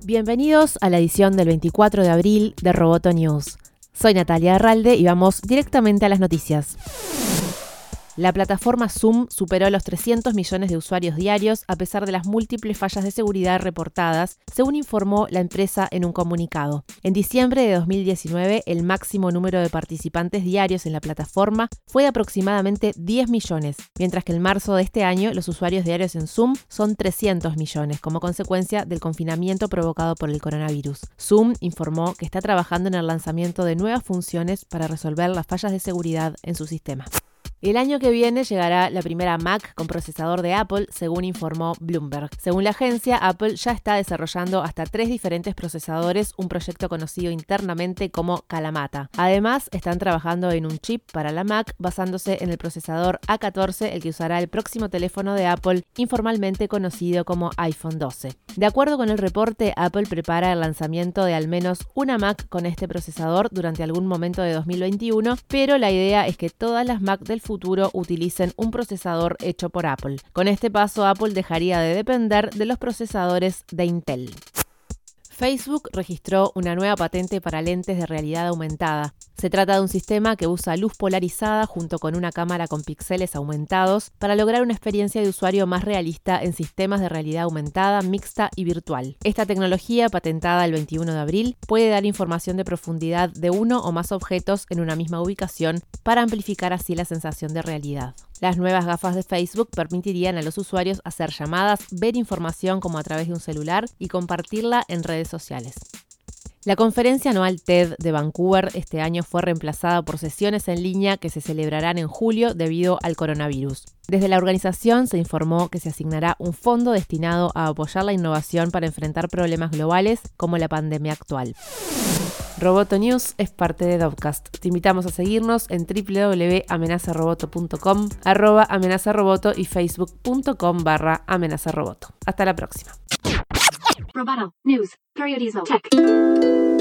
Bienvenidos a la edición del 24 de abril de Roboto News. Soy Natalia Arralde y vamos directamente a las noticias. La plataforma Zoom superó los 300 millones de usuarios diarios a pesar de las múltiples fallas de seguridad reportadas, según informó la empresa en un comunicado. En diciembre de 2019, el máximo número de participantes diarios en la plataforma fue de aproximadamente 10 millones, mientras que en marzo de este año los usuarios diarios en Zoom son 300 millones, como consecuencia del confinamiento provocado por el coronavirus. Zoom informó que está trabajando en el lanzamiento de nuevas funciones para resolver las fallas de seguridad en su sistema. El año que viene llegará la primera Mac con procesador de Apple, según informó Bloomberg. Según la agencia, Apple ya está desarrollando hasta 3 diferentes procesadores, un proyecto conocido internamente como Kalamata. Además, están trabajando en un chip para la Mac basándose en el procesador A14, el que usará el próximo teléfono de Apple, informalmente conocido como iPhone 12. De acuerdo con el reporte, Apple prepara el lanzamiento de al menos una Mac con este procesador durante algún momento de 2021, pero la idea es que todas las Mac del futuro utilicen un procesador hecho por Apple. Con este paso, Apple dejaría de depender de los procesadores de Intel. Facebook registró una nueva patente para lentes de realidad aumentada. Se trata de un sistema que usa luz polarizada junto con una cámara con píxeles aumentados para lograr una experiencia de usuario más realista en sistemas de realidad aumentada, mixta y virtual. Esta tecnología, patentada el 21 de abril, puede dar información de profundidad de uno o más objetos en una misma ubicación para amplificar así la sensación de realidad. Las nuevas gafas de Facebook permitirían a los usuarios hacer llamadas, ver información como a través de un celular y compartirla en redes sociales. La conferencia anual TED de Vancouver este año fue reemplazada por sesiones en línea que se celebrarán en julio debido al coronavirus. Desde la organización se informó que se asignará un fondo destinado a apoyar la innovación para enfrentar problemas globales como la pandemia actual. Roboto News es parte de Dovcast. Te invitamos a seguirnos en www.amenazaroboto.com, @amenazaroboto y facebook.com/amenazaroboto. Hasta la próxima. Roboto News, periodismo tech.